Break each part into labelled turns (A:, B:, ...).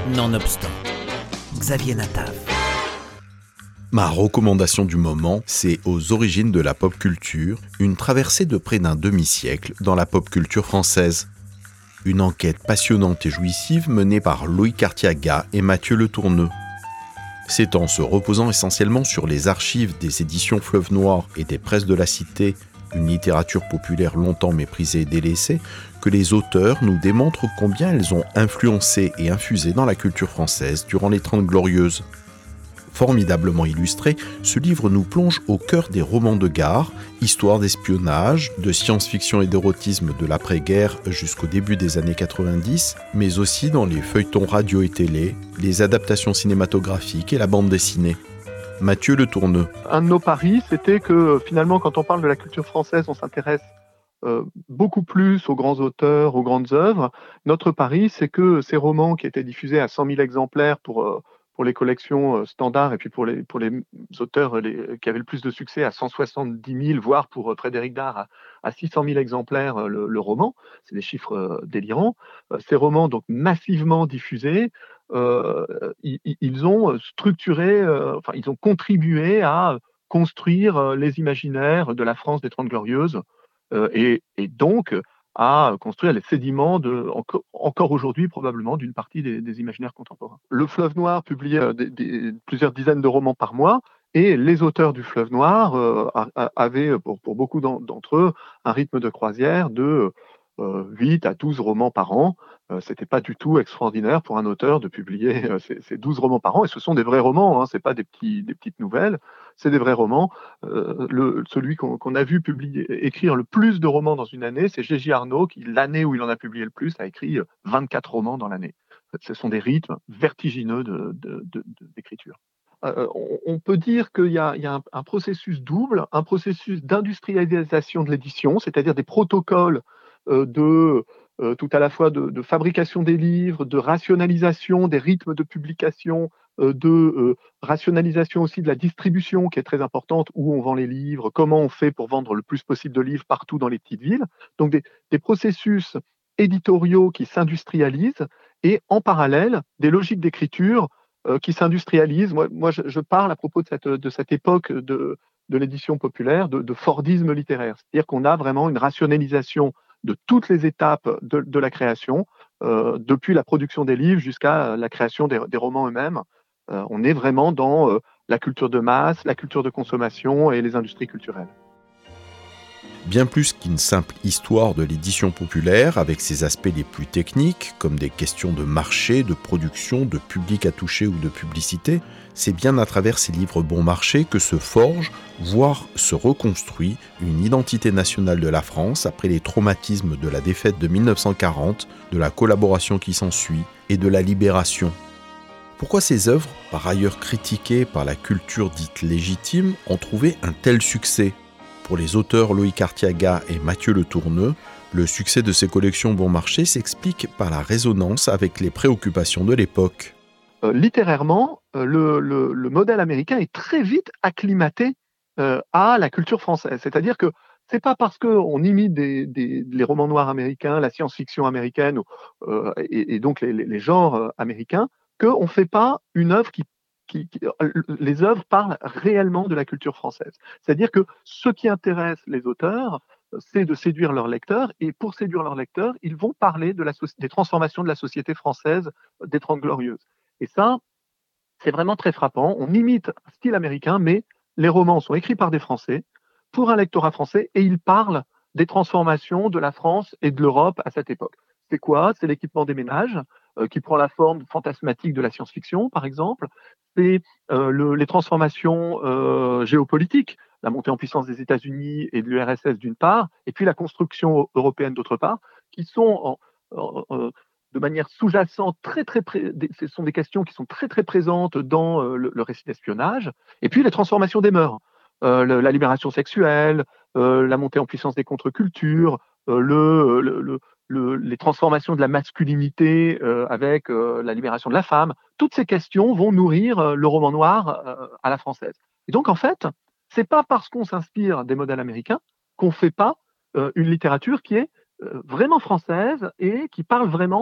A: Nonobstant, Xavier Natav.
B: Ma recommandation du moment, c'est Aux origines de la pop culture, une traversée de près d'un demi-siècle dans la pop culture française. Une enquête passionnante et jouissive menée par Loïc Artiaga et Mathieu Le Tourneux. C'est en se reposant essentiellement sur les archives des éditions Fleuve Noir et des presses de la Cité, une littérature populaire longtemps méprisée et délaissée, que les auteurs nous démontrent combien elles ont influencé et infusé dans la culture française durant les Trente Glorieuses. Formidablement illustré, ce livre nous plonge au cœur des romans de gare, histoires d'espionnage, de science-fiction et d'érotisme de l'après-guerre jusqu'au début des années 90, mais aussi dans les feuilletons radio et télé, les adaptations cinématographiques et la bande dessinée. Mathieu Le Tourneux.
C: Un de nos paris, c'était que finalement, quand on parle de la culture française, on s'intéresse beaucoup plus aux grands auteurs, aux grandes œuvres. Notre pari, c'est que ces romans qui étaient diffusés à 100 000 exemplaires pour les collections standards et puis pour les auteurs qui avaient le plus de succès à 170 000, voire pour Frédéric Dard à 600 000 exemplaires le roman, c'est des chiffres délirants. Ces romans donc massivement diffusés, ils ont structuré, ils ont contribué à construire les imaginaires de la France des Trente Glorieuses et donc à construire les sédiments encore aujourd'hui probablement d'une partie des imaginaires contemporains. Le Fleuve Noir publiait plusieurs dizaines de romans par mois et les auteurs du Fleuve Noir avaient pour beaucoup d'entre eux un rythme de croisière de 8 à 12 romans par an. C'était pas du tout extraordinaire pour un auteur de publier ces 12 romans par an, et ce sont des vrais romans, hein, c'est pas des petites nouvelles, c'est des vrais romans. Celui qu'on a vu écrire le plus de romans dans une année, c'est J.J. Arnaud, qui, l'année où il en a publié le plus, a écrit 24 romans dans l'année. Ce sont des rythmes vertigineux d'écriture. On peut dire qu'il y a un processus double, un processus d'industrialisation de l'édition, c'est-à-dire des protocoles tout à la fois de fabrication des livres, de rationalisation des rythmes de publication, de rationalisation aussi de la distribution qui est très importante, où on vend les livres, comment on fait pour vendre le plus possible de livres partout dans les petites villes. Donc des processus éditoriaux qui s'industrialisent et en parallèle des logiques d'écriture qui s'industrialisent. Moi je parle à propos de cette époque de l'édition populaire, de Fordisme littéraire. C'est-à-dire qu'on a vraiment une rationalisation de toutes les étapes de la création, depuis la production des livres jusqu'à la création des romans eux-mêmes. On est vraiment dans la culture de masse, la culture de consommation et les industries culturelles.
B: Bien plus qu'une simple histoire de l'édition populaire, avec ses aspects les plus techniques, comme des questions de marché, de production, de public à toucher ou de publicité, c'est bien à travers ces livres bon marché que se forge, voire se reconstruit, une identité nationale de la France après les traumatismes de la défaite de 1940, de la collaboration qui s'ensuit et de la libération. Pourquoi ces œuvres, par ailleurs critiquées par la culture dite légitime, ont trouvé un tel succès ? Pour les auteurs Loïc Artiaga et Mathieu Le Tourneux, le succès de ces collections bon marché s'explique par la résonance avec les préoccupations de l'époque.
C: Littérairement, le modèle américain est très vite acclimaté à la culture française. C'est-à-dire que c'est pas parce qu'on imite les romans noirs américains, la science-fiction américaine et donc les genres américains qu'on ne fait pas une œuvre les œuvres parlent réellement de la culture française. C'est-à-dire que ce qui intéresse les auteurs, c'est de séduire leurs lecteurs, et pour séduire leurs lecteurs, ils vont parler des transformations de la société française des Trente Glorieuses. Et ça, c'est vraiment très frappant. On imite un style américain, mais les romans sont écrits par des Français, pour un lectorat français, et ils parlent des transformations de la France et de l'Europe à cette époque. C'est quoi ? C'est l'équipement des ménages, qui prend la forme fantasmatique de la science-fiction, par exemple. C'est les transformations géopolitiques, la montée en puissance des États-Unis et de l'URSS d'une part, et puis la construction européenne d'autre part, qui sont de manière sous-jacente, ce sont des questions qui sont très très présentes dans le récit d'espionnage, et puis les transformations des mœurs, la libération sexuelle, la montée en puissance des contre-cultures, les transformations de la masculinité avec la libération de la femme. Toutes ces questions vont nourrir le roman noir à la française. Et donc en fait, c'est pas parce qu'on s'inspire des modèles américains qu'on fait pas une littérature qui est vraiment française et qui parle vraiment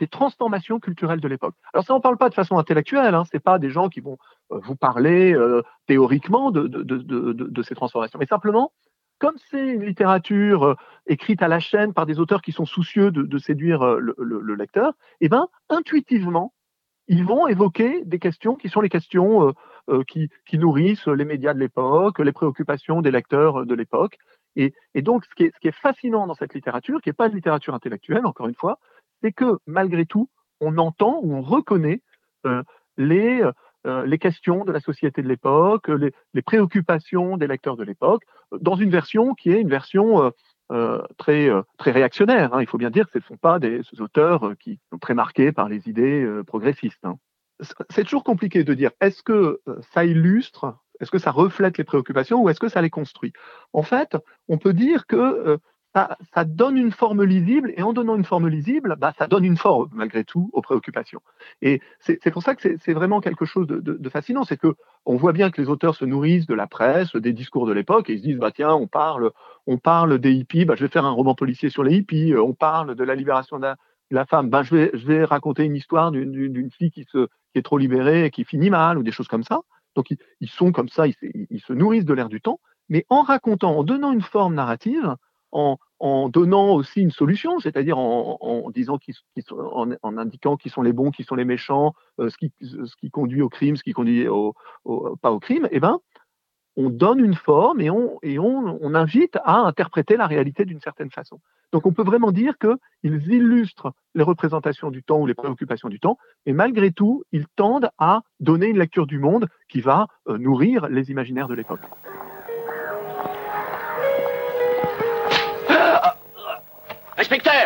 C: des transformations culturelles de l'époque. Alors ça, on ne parle pas de façon intellectuelle, hein, ce n'est pas des gens qui vont vous parler théoriquement de ces transformations, mais simplement, comme c'est une littérature écrite à la chaîne par des auteurs qui sont soucieux de séduire le lecteur, eh ben, intuitivement, ils vont évoquer des questions qui sont les questions qui nourrissent les médias de l'époque, les préoccupations des lecteurs de l'époque. Et donc, ce qui est fascinant dans cette littérature, qui n'est pas une littérature intellectuelle, encore une fois, c'est que malgré tout, on entend ou on reconnaît euh, les, les questions de la société de l'époque, les préoccupations des lecteurs de l'époque, dans une version qui est une version très réactionnaire. Hein. Il faut bien dire que ce ne sont pas des auteurs qui sont très marqués par les idées progressistes. Hein. C'est toujours compliqué de dire est-ce que ça illustre, est-ce que ça reflète les préoccupations ou est-ce que ça les construit. En fait, on peut dire que ça donne une forme lisible et en donnant une forme lisible, ça donne une forme malgré tout aux préoccupations. Et c'est pour ça que c'est vraiment quelque chose de fascinant, c'est que on voit bien que les auteurs se nourrissent de la presse, des discours de l'époque et ils se disent tiens, on parle des hippies, je vais faire un roman policier sur les hippies, on parle de la libération de la femme, je vais raconter une histoire d'une fille qui est trop libérée et qui finit mal ou des choses comme ça. Donc ils sont comme ça, ils se nourrissent de l'air du temps, mais en racontant, en donnant une forme narrative, en donnant aussi une solution, c'est-à-dire en disant en indiquant qui sont les bons, qui sont les méchants, ce qui conduit au crime, ce qui conduit pas au crime, eh ben, on donne une forme et on invite à interpréter la réalité d'une certaine façon. Donc on peut vraiment dire qu'ils illustrent les représentations du temps ou les préoccupations du temps, et malgré tout, ils tendent à donner une lecture du monde qui va nourrir les imaginaires de l'époque.
D: Inspecteur!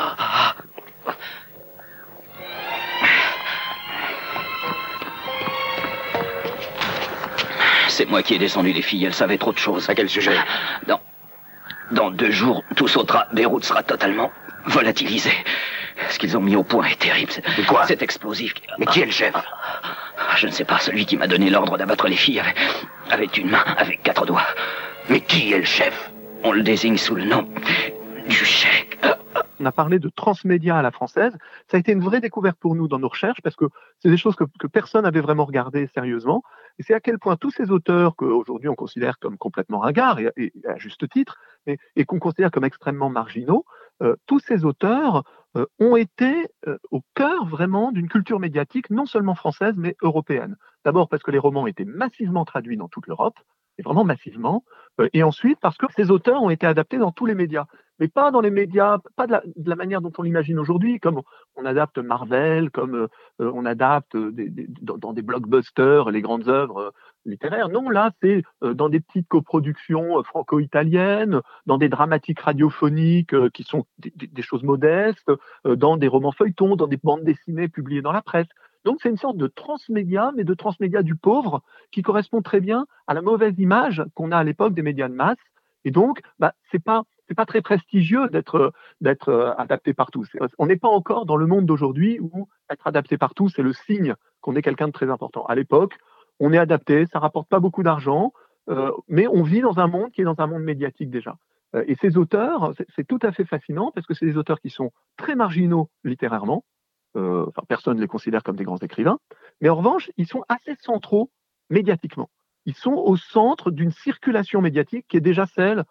D: C'est moi qui ai descendu les filles, elles savaient trop de choses.
E: À quel sujet?
D: Dans 2 jours, tout sautera, Beyrouth sera totalement volatilisé. Ce qu'ils ont mis au point est terrible.
E: Mais quoi?
D: C'est explosif.
E: Mais qui est le chef?
D: Je ne sais pas, celui qui m'a donné l'ordre d'abattre les filles avait une main avec 4 doigts.
E: Mais qui est le chef?
D: On le désigne sous le nom du cheikh.
C: On a parlé de transmédia à la française. Ça a été une vraie découverte pour nous dans nos recherches parce que c'est des choses que personne n'avait vraiment regardées sérieusement. Et c'est à quel point tous ces auteurs qu'aujourd'hui on considère comme complètement ringards, et à juste titre, et qu'on considère comme extrêmement marginaux, tous ces auteurs ont été au cœur vraiment d'une culture médiatique non seulement française mais européenne. D'abord parce que les romans étaient massivement traduits dans toute l'Europe, et vraiment massivement, et ensuite parce que ces auteurs ont été adaptés dans tous les médias. Mais pas dans les médias, pas de la manière dont on l'imagine aujourd'hui, comme on adapte Marvel, comme on adapte dans des blockbusters les grandes œuvres littéraires. Non, là, c'est dans des petites coproductions franco-italiennes, dans des dramatiques radiophoniques qui sont des choses modestes, dans des romans feuilletons, dans des bandes dessinées publiées dans la presse. Donc, c'est une sorte de transmédia, mais de transmédia du pauvre, qui correspond très bien à la mauvaise image qu'on a à l'époque des médias de masse. Et donc, c'est pas très prestigieux d'être adapté partout. On n'est pas encore dans le monde d'aujourd'hui où être adapté partout, c'est le signe qu'on est quelqu'un de très important. À l'époque, on est adapté, ça rapporte pas beaucoup d'argent, mais on vit dans un monde qui est dans un monde médiatique déjà. Et ces auteurs, c'est tout à fait fascinant parce que c'est des auteurs qui sont très marginaux littérairement. Personne ne les considère comme des grands écrivains, mais en revanche, ils sont assez centraux médiatiquement. Ils sont au centre d'une circulation médiatique qui est déjà celle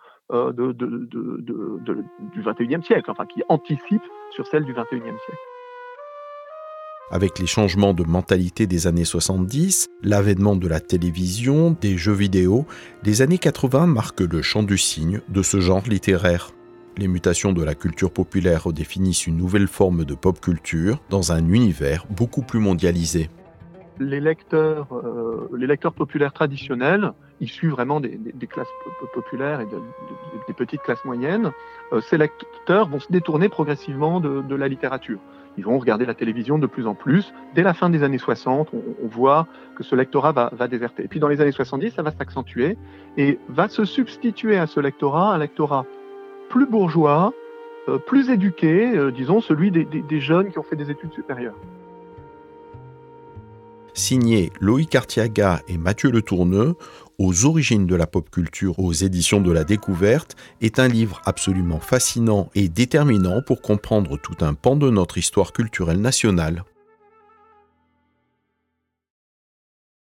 C: du XXIe siècle, qui anticipe sur celle du XXIe siècle.
B: Avec les changements de mentalité des années 70, l'avènement de la télévision, des jeux vidéo, les années 80 marquent le chant du cygne de ce genre littéraire. Les mutations de la culture populaire redéfinissent une nouvelle forme de pop culture dans un univers beaucoup plus mondialisé.
C: Les lecteurs populaires traditionnels, issus vraiment des classes populaires et des petites classes moyennes, ces lecteurs vont se détourner progressivement de la littérature. Ils vont regarder la télévision de plus en plus. Dès la fin des années 60, on voit que ce lectorat va déserter. Et puis dans les années 70, ça va s'accentuer et va se substituer à ce lectorat un lectorat plus bourgeois, plus éduqué, disons celui des jeunes qui ont fait des études supérieures.
B: signé Loïc Artiaga et Mathieu Letourneux, Aux origines de la pop culture aux éditions de la Découverte, est un livre absolument fascinant et déterminant pour comprendre tout un pan de notre histoire culturelle nationale.